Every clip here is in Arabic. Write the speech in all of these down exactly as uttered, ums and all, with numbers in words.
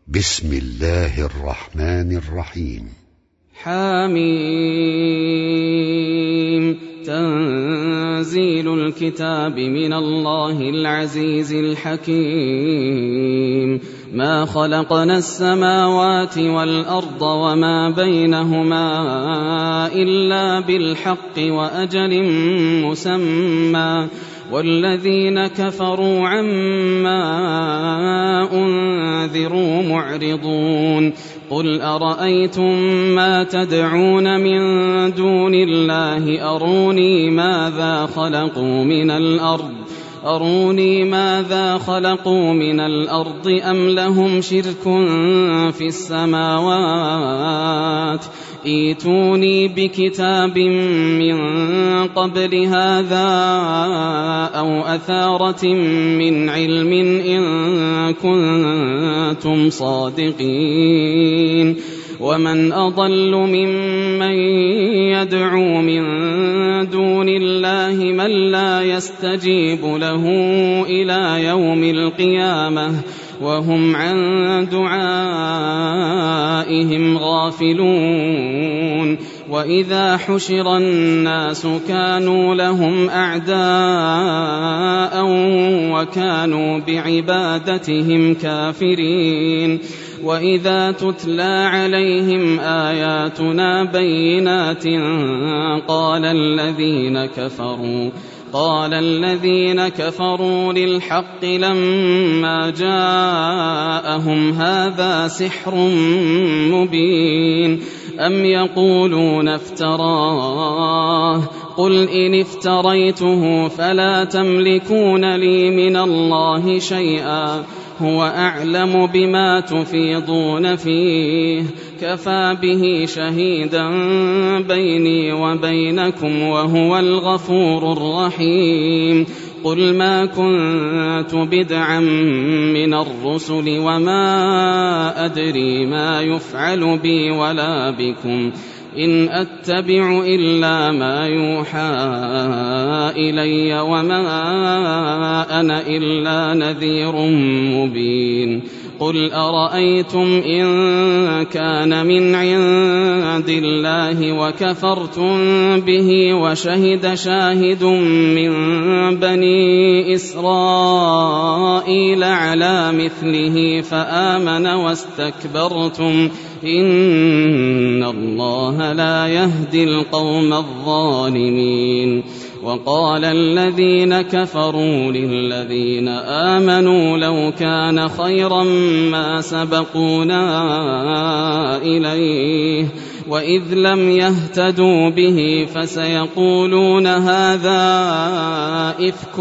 بسم الله الرحمن الرحيم. حميم. تنزيل الكتاب من الله العزيز الحكيم. ما خلقنا السماوات والأرض وما بينهما إلا بالحق وأجل مسمى، والذين كفروا عما أنذروا معرضون. قل أرأيتم ما تدعون من دون الله أروني ماذا خلقوا من الأرض أروني ماذا خلقوا من الأرض أم لهم شرك في السماوات. ائتوني بكتاب من قبل هذا أو أثارة من علم إن كنتم صادقين. ومن أضل ممن يدعو من دون الله من لا يستجيب له إلى يوم القيامة وهم عن دعائهم غافلون. وإذا حشر الناس كانوا لهم أعداء وكانوا بعبادتهم كافرين. وإذا تتلى عليهم آياتنا بينات قال الذين كفروا قال الذين كفروا للحق لما جاءهم هذا سحر مبين. أم يقولون افتراه قل إن افتريته فلا تملكون لي من الله شيئا هو أعلم بما تفيضون فيه كفى به شهيدا بيني وبينكم وهو الغفور الرحيم. قل ما كنت بدعا من الرسل وما أدري ما يفعل بي ولا بكم إن أتبع إلا ما يوحى إلي وما أنا إلا نذير مبين. قل أرأيتم إن كان من عند الله وكفرتم به وشهد شاهد من بني إسرائيل على مثله فآمن واستكبرتم إن الله لا يهدي القوم الظالمين. وقال الذين كفروا للذين آمنوا لو كان خيرا ما سبقونا إليه وإذ لم يهتدوا به فسيقولون هذا إفك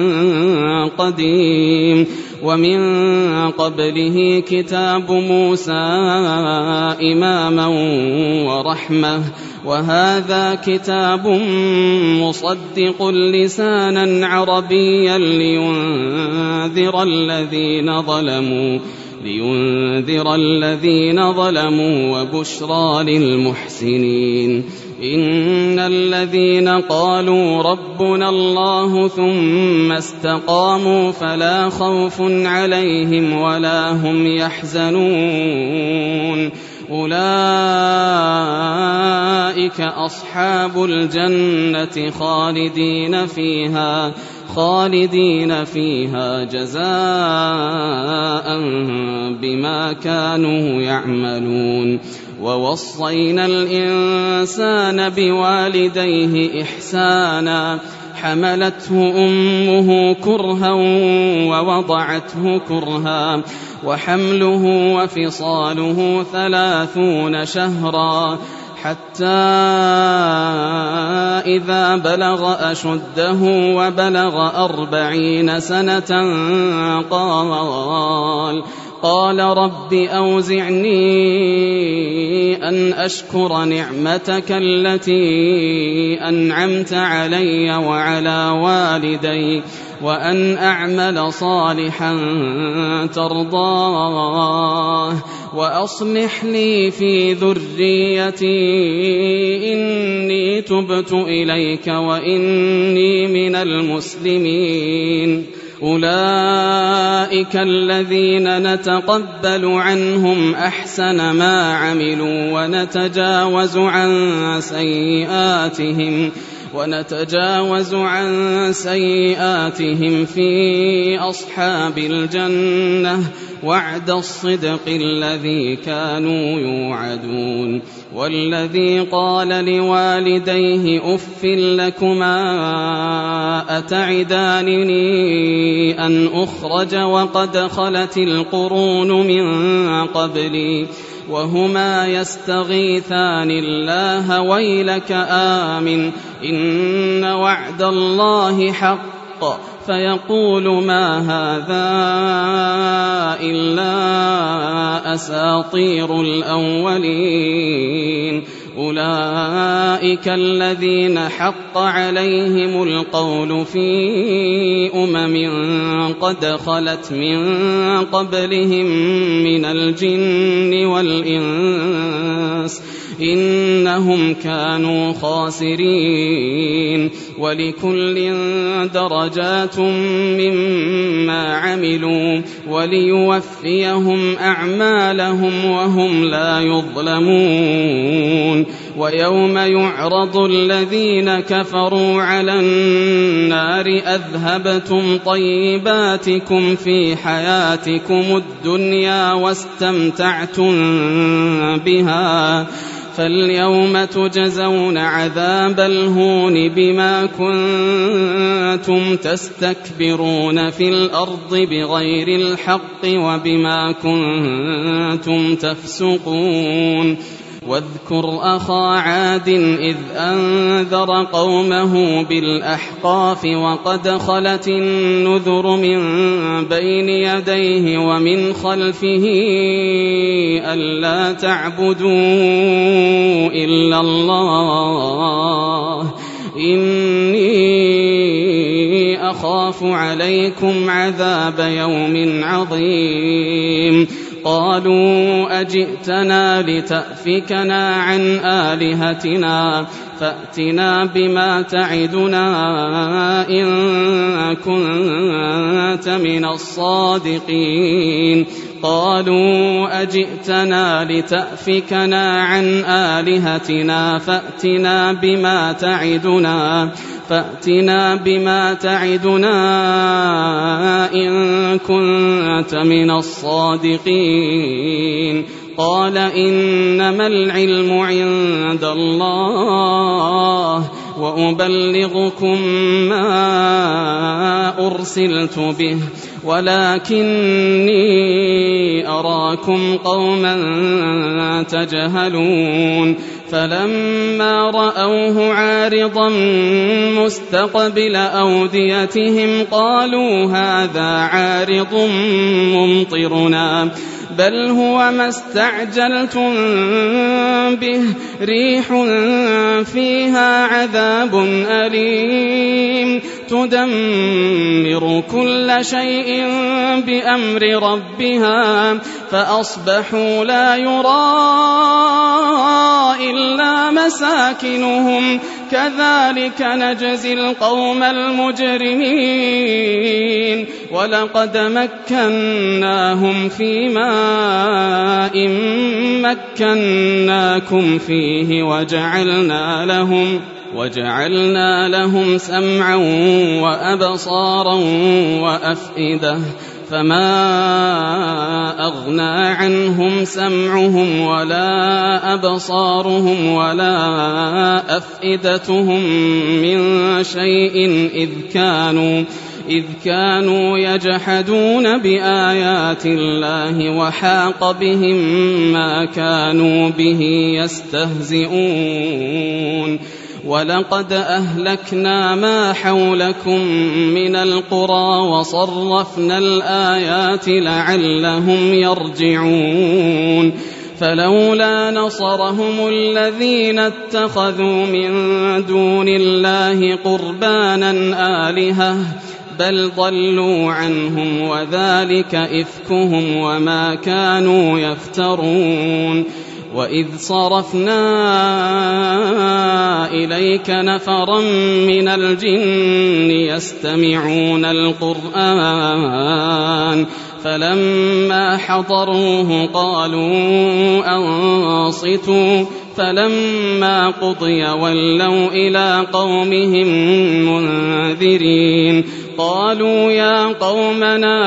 قديم. ومن قبله كتاب موسى إماما ورحمة وهذا كتاب مصدق لسانا عربيا لينذر الذين ظلموا لينذر الذين ظلموا وبشرى للمحسنين. إن الذين قالوا ربنا الله ثم استقاموا فلا خوف عليهم ولا هم يحزنون أولئك أصحاب الجنة خالدين فيها خالدين فيها جزاء بما كانوا يعملون. ووصينا الإنسان بوالديه إحسانا حملته أمه كرها ووضعته كرها وحمله وفصاله ثلاثون شهرا حتى إذا بلغ أشده وبلغ أربعين سنة قال قال رب أوزعني أن أشكر نعمتك التي أنعمت علي وعلى والدي وأن أعمل صالحا ترضاه وأصلح لي في ذريتي إني تبت إليك وإني من المسلمين. أولئك الذين نتقبل عنهم أحسن ما عملوا ونتجاوز عن سيئاتهم ونتجاوز عن سيئاتهم في أصحاب الجنة وعد الصدق الذي كانوا يوعدون. والذي قال لوالديه أف لكما أتعدانني أن أخرج وقد خلت القرون من قبلي وهما يستغيثان الله ويلك آمن إن وعد الله حق فيقول ما هذا إلا أساطير الأولين. أولئك الذين حق عليهم القول في أمم قد خلت من قبلهم من الجن والإنس إنهم كانوا خاسرين. ولكل درجات مما عملوا وليوفيهم أعمالهم وهم لا يظلمون. ويوم يعرض الذين كفروا على النار أذهبتم طيباتكم في حياتكم الدنيا واستمتعتم بها فاليوم تجزون عذاب الهون بما كنتم تستكبرون في الأرض بغير الحق وبما كنتم تفسقون. واذكر أخا عاد إذ أنذر قومه بالأحقاف وقد خلت النذر من بين يديه ومن خلفه ألا تعبدوا إلا الله إني أخاف عليكم عذاب يوم عظيم. قالوا أجئتنا لتأفكنا عن آلهتنا فأتنا بما تعدنا إن كنت من الصادقين. قالوا أجئتنا لتأفكنا عن آلهتنا فأتنا بما تعدنا فأتنا بما تعدنا إن كنت من الصادقين. قال إنما العلم عند الله وأبلغكم ما أرسلت به ولكني أراكم قوما تجهلون. فلما رأوه عارضا مستقبل أوديتهم قالوا هذا عارض ممطرنا بل هو ما استعجلتم به ريح فيها عذاب أليم تدمر كل شيء بأمر ربها فأصبحوا لا يرى إلا مساكنهم كذلك نجزي القوم المجرمين. ولقد مكناهم في ماء مكناكم فيه وجعلنا لهم وجعلنا لهم سمعا وأبصارا وأفئدة فما أغنى عنهم سمعهم ولا أبصارهم ولا أفئدتهم من شيء إذ كانوا إذ كانوا يجحدون بآيات الله وحاق بهم ما كانوا به يستهزئون. ولقد أهلكنا ما حولكم من القرى وصرفنا الآيات لعلهم يرجعون. فلولا نصرهم الذين اتخذوا من دون الله قربانا آلهة بل ضلوا عنهم وذلك إفكهم وما كانوا يفترون. وإذ صرفنا إليك نفرا من الجن يستمعون القرآن فلما حضروه قالوا أنصتوا فلما قضي ولوا إلى قومهم منذرين قالوا يا قومنا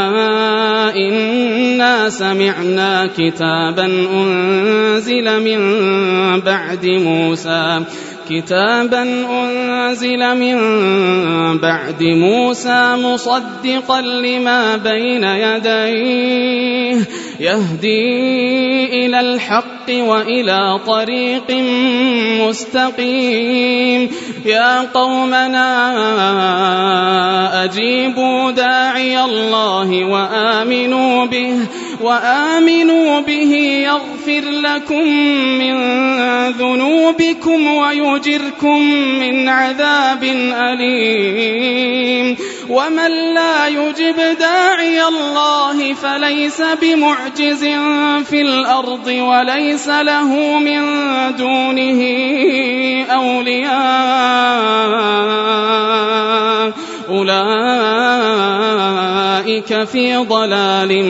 إنا سمعنا كتابا أنزل من بعد موسى كتابا أنزل من بعد موسى مصدقا لما بين يديه يهدي إلى الحق وإلى طريق مستقيم يا قومنا أجيبوا داعي الله وآمنوا به وآمنوا به يغفر لكم من ذنوبكم ويجركم من عذاب أليم ومن لا يجب داعي الله فليس بمعجز في الأرض وليس له من دونه أولياء أولئك في ضلال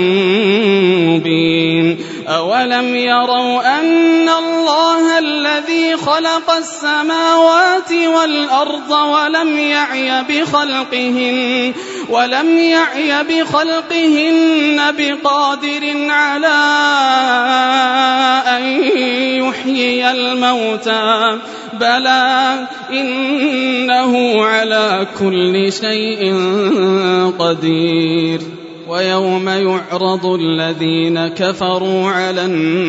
مبين أولم يروا أن الله الذي خلق السماوات والأرض ولم يعي بخلقهن ولم يعي بخلقهن بقادر على أن يحيي الموتى بلى إنه على كل شيء قدير ويوم يعرض الذين كفروا على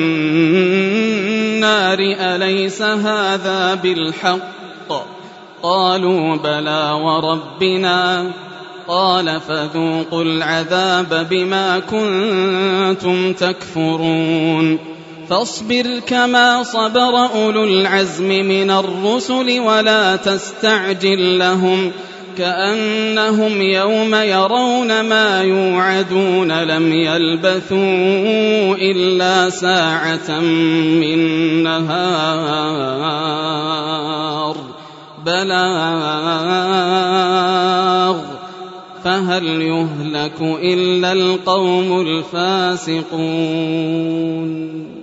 النار أليس هذا بالحق قالوا بلى وربنا قال فذوقوا العذاب بما كنتم تكفرون فاصبر كما صبر أولو العزم من الرسل ولا تستعجل لهم كأنهم يوم يرون ما يوعدون لم يلبثوا إلا ساعة من نهار بلاغ فهل يهلك إلا القوم الفاسقون